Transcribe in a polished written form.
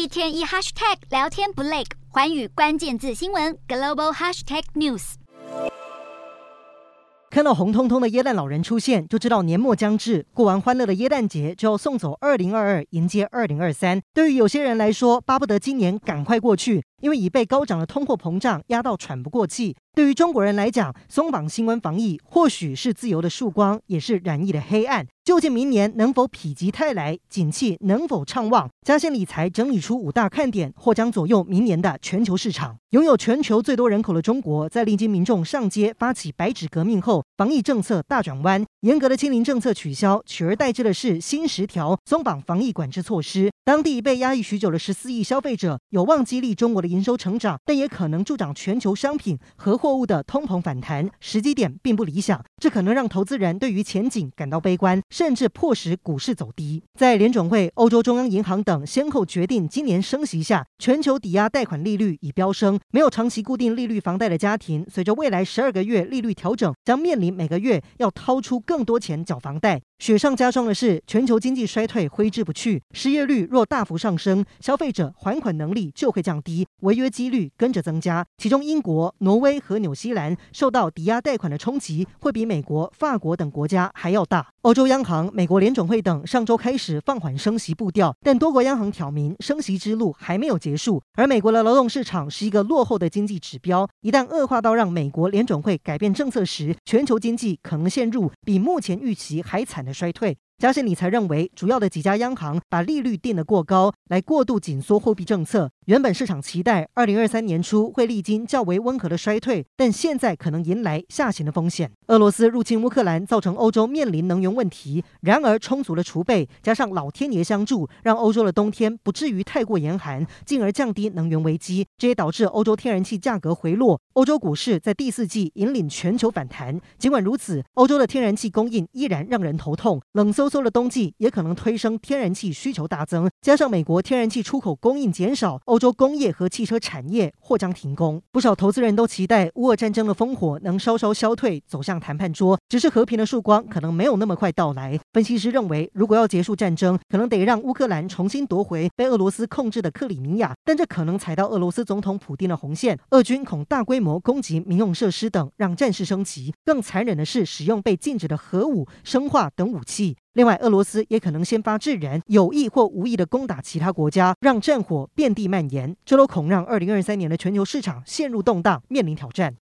一天一 hashtag 聊天不累，寰宇关键字新闻 global hashtag news。 看到红彤彤的耶诞老人出现，就知道年末将至，过完欢乐的耶诞节，就要送走2022，迎接2023。对于有些人来说，巴不得今年赶快过去，因为已被高涨的通货膨胀压到喘不过气。对于中国人来讲，松绑新冠防疫或许是自由的曙光，也是染疫的黑暗。究竟明年能否否极泰来，景气能否畅旺？嘉信理财整理出5大看点，或将左右明年的全球市场。拥有全球最多人口的中国，在历经民众上街发起白纸革命后，防疫政策大转弯，严格的清零政策取消，取而代之的是新10条松绑防疫管制措施。当地被压抑许久的14亿消费者，有望激励中国的营收成长，但也可能助长全球商品和货物的通膨反弹，时机点并不理想。这可能让投资人对于前景感到悲观，甚至迫使股市走低。在联准会、欧洲中央银行等先后决定今年升息下，全球抵押贷款利率已飙升。没有长期固定利率房贷的家庭，随着未来12个月利率调整，将面临每个月要掏出更多钱缴房贷。雪上加霜的是，全球经济衰退挥之不去，失业率若大幅上升，消费者还款能力就会降低，违约几率跟着增加。其中，英国、挪威和纽西兰受到抵押贷款的冲击，会比美国、法国等国家还要大。欧洲央行、美国联准会等上周开始放缓升息步调，但多国央行挑明，升息之路还没有结束。而美国的劳动市场是一个落后的经济指标，一旦恶化到让美国联准会改变政策时，全球经济可能陷入比目前预期还惨的衰退。嘉信理财认为，主要的几家央行把利率定得过高，来过度紧缩货币政策。原本市场期待2023年初会历经较为温和的衰退，但现在可能迎来下行的风险。俄罗斯入侵乌克兰，造成欧洲面临能源问题。然而，充足的储备加上老天爷相助，让欧洲的冬天不至于太过严寒，进而降低能源危机。这也导致欧洲天然气价格回落，欧洲股市在第4季引领全球反弹。尽管如此，欧洲的天然气供应依然让人头痛，冷飕飕的冬季也可能推升天然气需求大增，加上美国天然气出口供应减少，欧洲工业和汽车产业或将停工。不少投资人都期待乌俄战争的烽火能稍稍消退，走向谈判桌，只是和平的曙光可能没有那么快到来。分析师认为，如果要结束战争，可能得让乌克兰重新夺回被俄罗斯控制的克里米亚，但这可能踩到俄罗斯总统普丁的红线，俄军恐大规模攻击民用设施等，让战事升级。更残忍的是，使用被禁止的核武、生化等武器。另外，俄罗斯也可能先发制人，有意或无意的攻打其他国家，让战火遍地蔓延，这都恐让2023年的全球市场陷入动荡，面临挑战。